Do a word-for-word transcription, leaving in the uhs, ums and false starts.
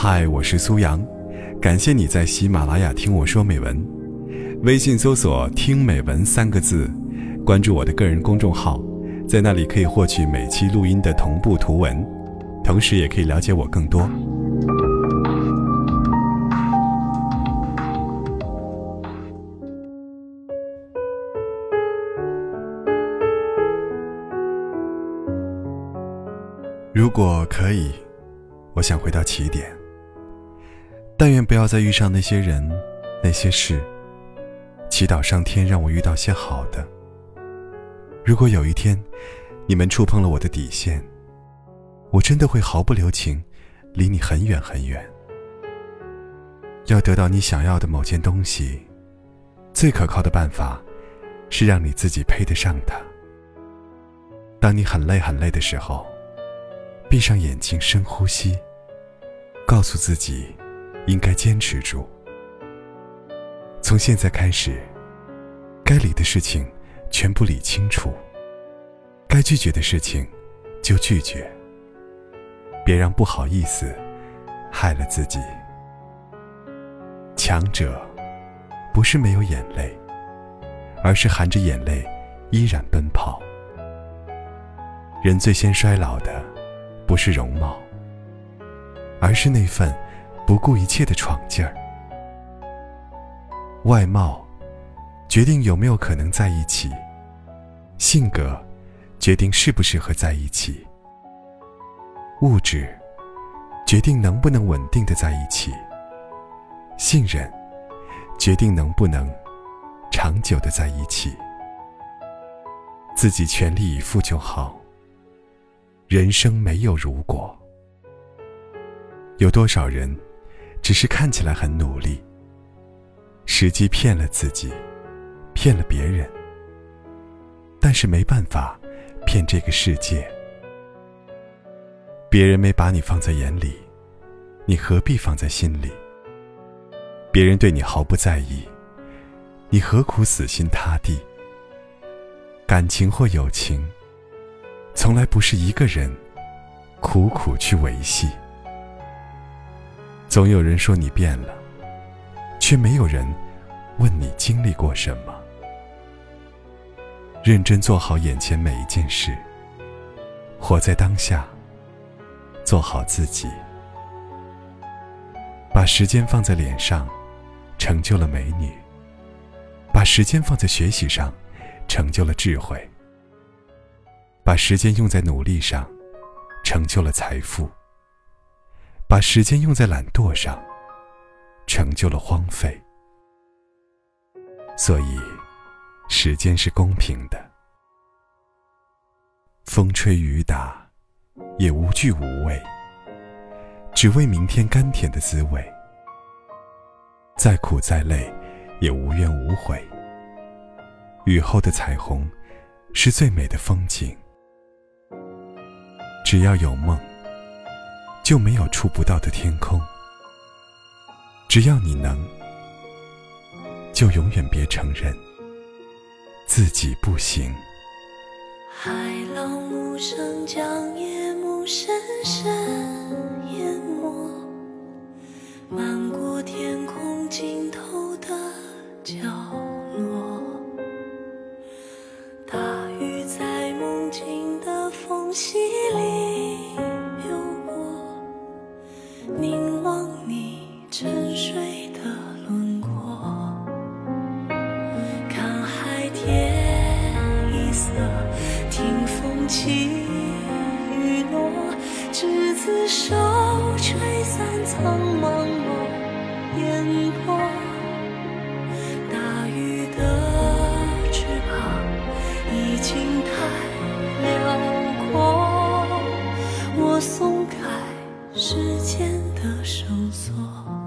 嗨，我是苏阳，感谢你在喜马拉雅听我说美文。微信搜索听美文三个字，关注我的个人公众号，在那里可以获取每期录音的同步图文，同时也可以了解我更多。如果可以，我想回到起点，但愿不要再遇上那些人那些事，祈祷上天让我遇到些好的。如果有一天你们触碰了我的底线，我真的会毫不留情离你很远很远。要得到你想要的某件东西，最可靠的办法是让你自己配得上它。当你很累很累的时候，闭上眼睛，深呼吸，告诉自己应该坚持住。从现在开始，该理的事情全部理清楚，该拒绝的事情就拒绝，别让不好意思害了自己。强者不是没有眼泪，而是含着眼泪依然奔跑。人最先衰老的不是容貌，而是那份不顾一切的闯劲儿。外貌决定有没有可能在一起，性格决定适不适合在一起，物质决定能不能稳定的在一起，信任决定能不能长久的在一起。自己全力以赴就好，人生没有如果。有多少人只是看起来很努力，实际骗了自己，骗了别人，但是没办法骗这个世界。别人没把你放在眼里，你何必放在心里？别人对你毫不在意，你何苦死心塌地？感情或友情从来不是一个人苦苦去维系。总有人说你变了，却没有人问你经历过什么。认真做好眼前每一件事，活在当下，做好自己。把时间放在脸上，成就了美女；把时间放在学习上，成就了智慧；把时间用在努力上，成就了财富；把时间用在懒惰上，成就了荒废。所以时间是公平的，风吹雨打也无惧无畏，只为明天甘甜的滋味。再苦再累也无怨无悔，雨后的彩虹是最美的风景。只要有梦，就没有触不到的天空。只要你能，就永远别承认自己不行。 海浪无声将夜幕深深淹没，漫过天空尽头的角落。大雨在梦境的缝隙里流过，凝望你沉睡的轮廓。看海天一色，听风起雨落，执子手，吹散苍茫落烟波。大雨的翅膀已经太辽阔，我松开时间的绳索。